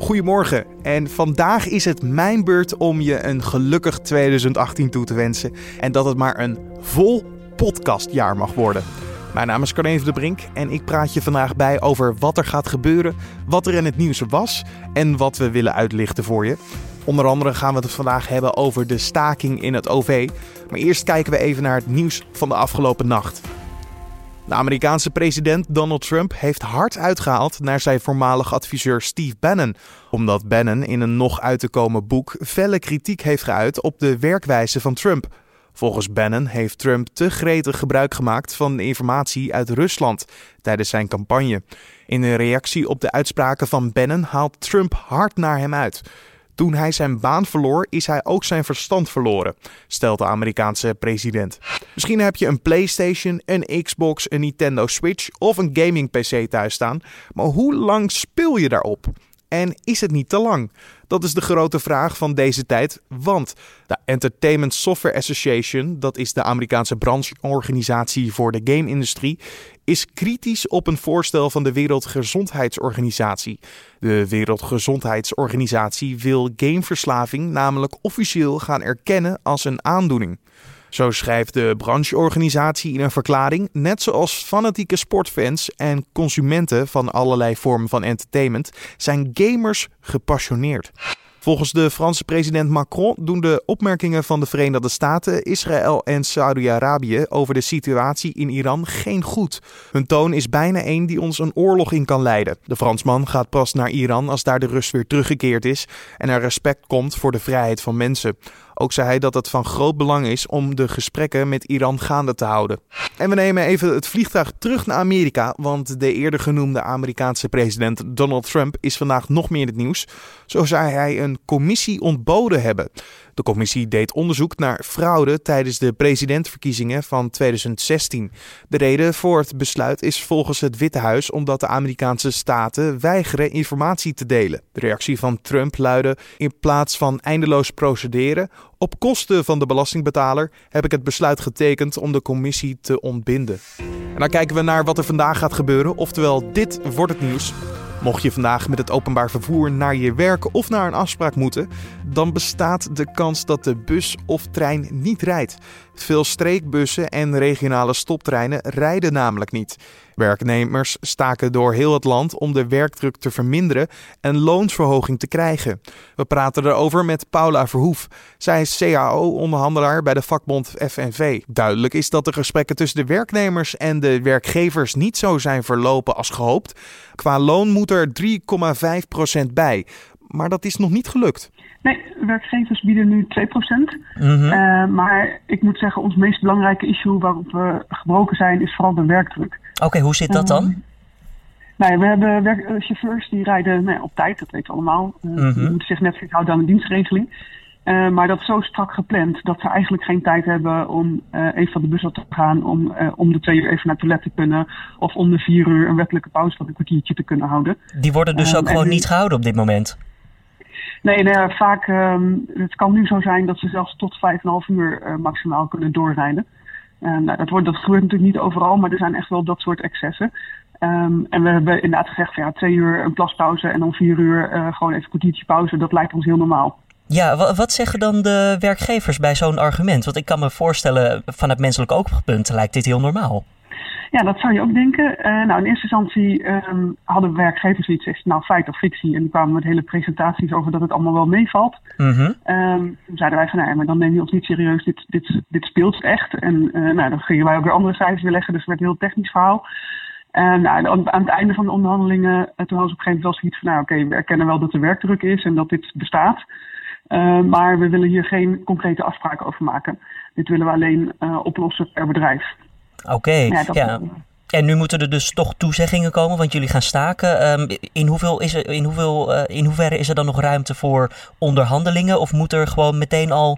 Goedemorgen en vandaag is het mijn beurt om je een gelukkig 2018 toe te wensen. En dat het maar een vol podcastjaar mag worden. Mijn naam is Carne van der Brink en ik praat je vandaag bij over wat er gaat gebeuren, wat er in het nieuws was en wat we willen uitlichten voor je. Onder andere gaan we het vandaag hebben over de staking in het OV. Maar eerst kijken we even naar het nieuws van de afgelopen nacht. De Amerikaanse president Donald Trump heeft hard uitgehaald naar zijn voormalig adviseur Steve Bannon. Omdat Bannon in een nog uit te komen boek felle kritiek heeft geuit op de werkwijze van Trump. Volgens Bannon heeft Trump te gretig gebruik gemaakt van de informatie uit Rusland tijdens zijn campagne. In een reactie op de uitspraken van Bannon haalt Trump hard naar hem uit. Toen hij zijn baan verloor, is hij ook zijn verstand verloren, stelt de Amerikaanse president. Misschien heb je een PlayStation, een Xbox, een Nintendo Switch of een gaming PC thuis staan. Maar hoe lang speel je daarop? En is het niet te lang? Dat is de grote vraag van deze tijd, want de Entertainment Software Association, dat is de Amerikaanse brancheorganisatie voor de game-industrie, is kritisch op een voorstel van de Wereldgezondheidsorganisatie. De Wereldgezondheidsorganisatie wil gameverslaving namelijk officieel gaan erkennen als een aandoening. Zo schrijft de brancheorganisatie in een verklaring, net zoals fanatieke sportfans en consumenten van allerlei vormen van entertainment, zijn gamers gepassioneerd. Volgens de Franse president Macron doen de opmerkingen van de Verenigde Staten, Israël en Saudi-Arabië over de situatie in Iran geen goed. Hun toon is bijna één die ons een oorlog in kan leiden. De Fransman gaat pas naar Iran als daar de rust weer teruggekeerd is en er respect komt voor de vrijheid van mensen. Ook zei hij dat het van groot belang is om de gesprekken met Iran gaande te houden. En we nemen even het vliegtuig terug naar Amerika, want de eerder genoemde Amerikaanse president Donald Trump is vandaag nog meer in het nieuws. Zo zou hij een commissie ontboden hebben. De commissie deed onderzoek naar fraude tijdens de presidentsverkiezingen van 2016. De reden voor het besluit is volgens het Witte Huis omdat de Amerikaanse staten weigeren informatie te delen. De reactie van Trump luidde: in plaats van eindeloos procederen op kosten van de belastingbetaler heb ik het besluit getekend om de commissie te ontbinden. En dan kijken we naar wat er vandaag gaat gebeuren, oftewel dit wordt het nieuws. Mocht je vandaag met het openbaar vervoer naar je werk of naar een afspraak moeten, dan bestaat de kans dat de bus of trein niet rijdt. Veel streekbussen en regionale stoptreinen rijden namelijk niet. Werknemers staken door heel het land om de werkdruk te verminderen en loonsverhoging te krijgen. We praten erover met Paula Verhoef. Zij is CAO-onderhandelaar bij de vakbond FNV. Duidelijk is dat de gesprekken tussen de werknemers en de werkgevers niet zo zijn verlopen als gehoopt. Qua loon moet er 3,5% bij. Maar dat is nog niet gelukt. Nee, werkgevers bieden nu 2%. Maar ik moet zeggen, ons meest belangrijke issue waarop we gebroken zijn is vooral de werkdruk. Oké, hoe zit dat dan? We hebben chauffeurs die rijden op tijd, dat weten we allemaal. Die moeten zich net houden aan de dienstregeling. Maar dat is zo strak gepland dat ze eigenlijk geen tijd hebben om even van de bus af te gaan, om de 2 uur even naar het toilet te kunnen, of om de 4 uur een wettelijke pauze van een kwartiertje te kunnen houden. Die worden dus ook gewoon niet gehouden op dit moment? Nee, vaak, het kan nu zo zijn dat ze zelfs tot 5,5 uur maximaal kunnen doorrijden. Dat gebeurt natuurlijk niet overal, maar er zijn echt wel dat soort excessen. En we hebben inderdaad gezegd van 2 uur een plaspauze en dan 4 uur gewoon even een kwartiertje pauze. Dat lijkt ons heel normaal. Ja, wat zeggen dan de werkgevers bij zo'n argument? Want ik kan me voorstellen, van het menselijk oogpunt lijkt dit heel normaal. Ja, dat zou je ook denken. In eerste instantie hadden werkgevers iets, is het nou feit of fictie? En die kwamen met hele presentaties over dat het allemaal wel meevalt. Toen zeiden wij van, maar dan neem je ons niet serieus, dit speelt echt. En dan gingen wij ook weer andere cijfers weer leggen, dus het werd een heel technisch verhaal. Aan het einde van de onderhandelingen, toen hadden ze op een gegeven moment wel zoiets van, we erkennen wel dat er werkdruk is en dat dit bestaat. Maar we willen hier geen concrete afspraken over maken. Dit willen we alleen oplossen per bedrijf. Oké. En nu moeten er dus toch toezeggingen komen, want jullie gaan staken. In hoeverre is er dan nog ruimte voor onderhandelingen? Of moet er gewoon meteen al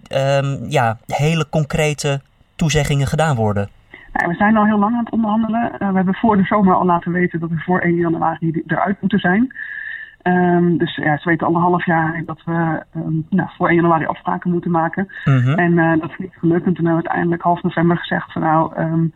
hele concrete toezeggingen gedaan worden? We zijn al heel lang aan het onderhandelen. We hebben voor de zomer al laten weten dat we voor 1 januari eruit moeten zijn. Dus ze weten al een half jaar dat we voor 1 januari afspraken moeten maken. En dat is niet gelukt. En toen hebben we uiteindelijk half november gezegd van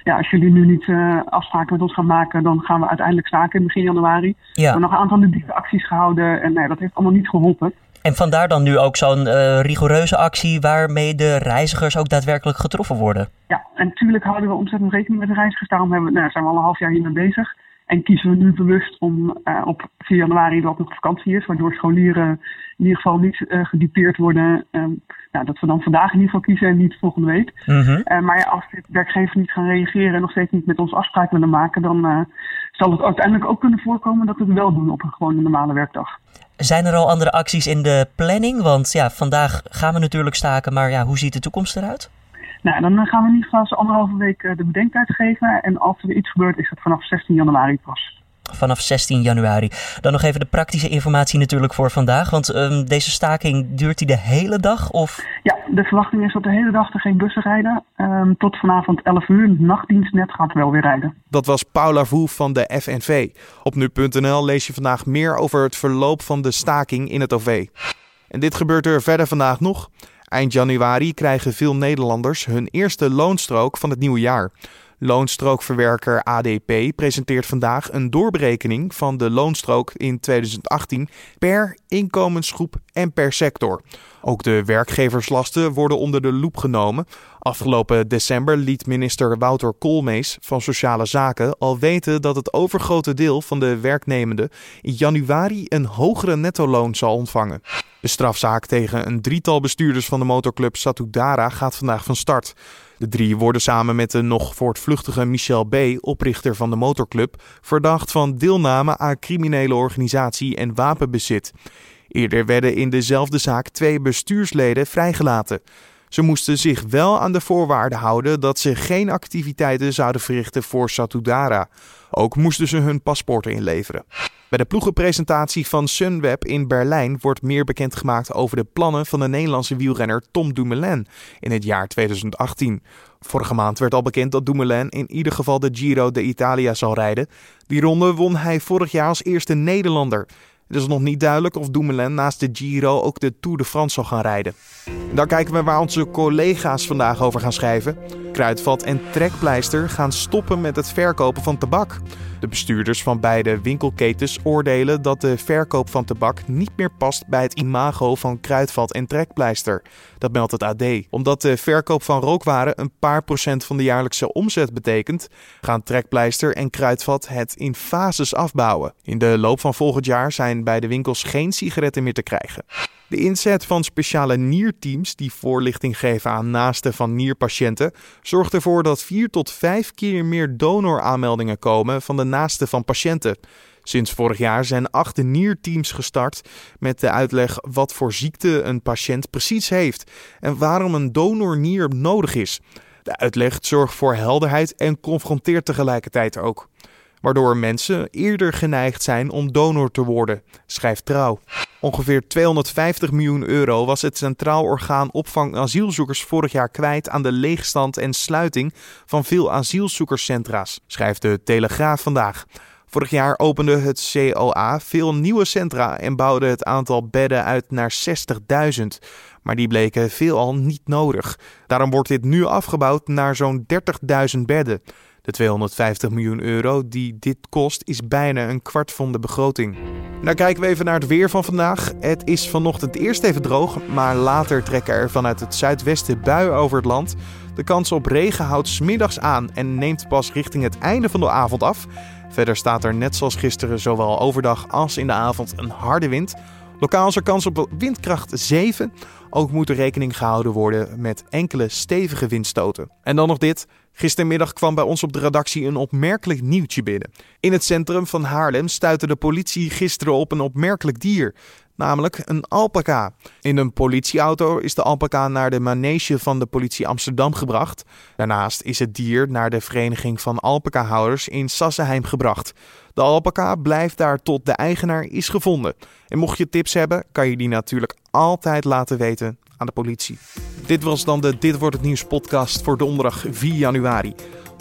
als jullie nu niet afspraken met ons gaan maken, dan gaan we uiteindelijk staken in begin januari. Ja. We hebben nog een aantal ludieke acties gehouden en dat heeft allemaal niet geholpen. En vandaar dan nu ook zo'n rigoureuze actie waarmee de reizigers ook daadwerkelijk getroffen worden. Ja, en natuurlijk houden we ontzettend rekening met de reizigers. Daarom zijn we al een half jaar hiermee bezig. En kiezen we nu bewust om op 4 januari dat nog vakantie is, waardoor scholieren in ieder geval niet gedupeerd worden. Dat we dan vandaag in ieder geval kiezen en niet volgende week. Mm-hmm. Maar als de werkgevers niet gaan reageren en nog steeds niet met ons afspraak willen maken, dan zal het uiteindelijk ook kunnen voorkomen dat we het wel doen op een gewone normale werkdag. Zijn er al andere acties in de planning? Want vandaag gaan we natuurlijk staken, maar hoe ziet de toekomst eruit? Nou, dan gaan we in ieder geval 1,5 week de bedenktijd geven. En als er iets gebeurt, is het vanaf 16 januari pas. Vanaf 16 januari. Dan nog even de praktische informatie natuurlijk voor vandaag. Want deze staking, duurt die de hele dag? Of? Ja, de verwachting is dat de hele dag er geen bussen rijden. Tot vanavond 11 uur. De nachtdienstnet gaat wel weer rijden. Dat was Paula Voef van de FNV. Op nu.nl lees je vandaag meer over het verloop van de staking in het OV. En dit gebeurt er verder vandaag nog. Eind januari krijgen veel Nederlanders hun eerste loonstrook van het nieuwe jaar. Loonstrookverwerker ADP presenteert vandaag een doorberekening van de loonstrook in 2018 per inkomensgroep en per sector. Ook de werkgeverslasten worden onder de loep genomen. Afgelopen december liet minister Wouter Koolmees van Sociale Zaken al weten dat het overgrote deel van de werknemenden in januari een hogere nettoloon zal ontvangen. De strafzaak tegen een 3-tal bestuurders van de motorclub Satudara gaat vandaag van start. De 3 worden samen met de nog voortvluchtige Michel B., oprichter van de motorclub, verdacht van deelname aan criminele organisatie en wapenbezit. Eerder werden in dezelfde zaak 2 bestuursleden vrijgelaten. Ze moesten zich wel aan de voorwaarden houden dat ze geen activiteiten zouden verrichten voor Satudara. Ook moesten ze hun paspoorten inleveren. Bij de ploegenpresentatie van Sunweb in Berlijn wordt meer bekendgemaakt over de plannen van de Nederlandse wielrenner Tom Dumoulin in het jaar 2018. Vorige maand werd al bekend dat Dumoulin in ieder geval de Giro d'Italia zal rijden. Die ronde won hij vorig jaar als eerste Nederlander. Het is nog niet duidelijk of Dumoulin naast de Giro ook de Tour de France zal gaan rijden. Dan kijken we waar onze collega's vandaag over gaan schrijven. Kruidvat en Trekpleister gaan stoppen met het verkopen van tabak. De bestuurders van beide winkelketens oordelen dat de verkoop van tabak niet meer past bij het imago van Kruidvat en Trekpleister. Dat meldt het AD. Omdat de verkoop van rookwaren een paar procent van de jaarlijkse omzet betekent, gaan Trekpleister en Kruidvat het in fases afbouwen. In de loop van volgend jaar zijn bij de winkels geen sigaretten meer te krijgen. De inzet van speciale nierteams die voorlichting geven aan naasten van nierpatiënten zorgt ervoor dat 4 tot 5 keer meer donoraanmeldingen komen van de naasten van patiënten. Sinds vorig jaar zijn 8 nierteams gestart met de uitleg wat voor ziekte een patiënt precies heeft en waarom een donornier nodig is. De uitleg zorgt voor helderheid en confronteert tegelijkertijd ook, waardoor mensen eerder geneigd zijn om donor te worden, schrijft Trouw. Ongeveer 250 miljoen euro was het Centraal Orgaan Opvang Asielzoekers vorig jaar kwijt aan de leegstand en sluiting van veel asielzoekerscentra's, schrijft de Telegraaf vandaag. Vorig jaar opende het COA veel nieuwe centra en bouwde het aantal bedden uit naar 60.000. Maar die bleken veelal niet nodig. Daarom wordt dit nu afgebouwd naar zo'n 30.000 bedden. De 250 miljoen euro die dit kost is bijna een kwart van de begroting. Nou kijken we even naar het weer van vandaag. Het is vanochtend eerst even droog, maar later trekken er vanuit het zuidwesten buien over het land. De kans op regen houdt 's middags aan en neemt pas richting het einde van de avond af. Verder staat er net zoals gisteren zowel overdag als in de avond een harde wind. Lokaal is er kans op windkracht 7. Ook moet er rekening gehouden worden met enkele stevige windstoten. En dan nog dit. Gistermiddag kwam bij ons op de redactie een opmerkelijk nieuwtje binnen. In het centrum van Haarlem stuitte de politie gisteren op een opmerkelijk dier. Namelijk een alpaca. In een politieauto is de alpaca naar de manege van de politie Amsterdam gebracht. Daarnaast is het dier naar de vereniging van alpacahouders in Sassenheim gebracht. De alpaca blijft daar tot de eigenaar is gevonden. En mocht je tips hebben, kan je die natuurlijk altijd laten weten aan de politie. Dit was dan de Dit Wordt Het Nieuws podcast voor donderdag 4 januari.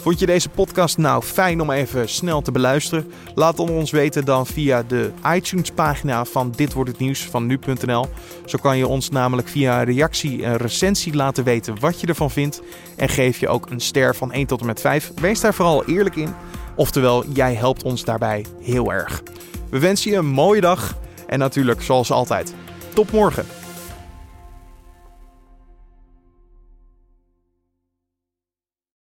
Vond je deze podcast nou fijn om even snel te beluisteren? Laat het ons weten dan via de iTunes-pagina van Dit Wordt Het Nieuws van nu.nl. Zo kan je ons namelijk via een reactie en recensie laten weten wat je ervan vindt. En geef je ook een ster van 1 tot en met 5. Wees daar vooral eerlijk in. Oftewel, jij helpt ons daarbij heel erg. We wensen je een mooie dag en natuurlijk, zoals altijd, tot morgen.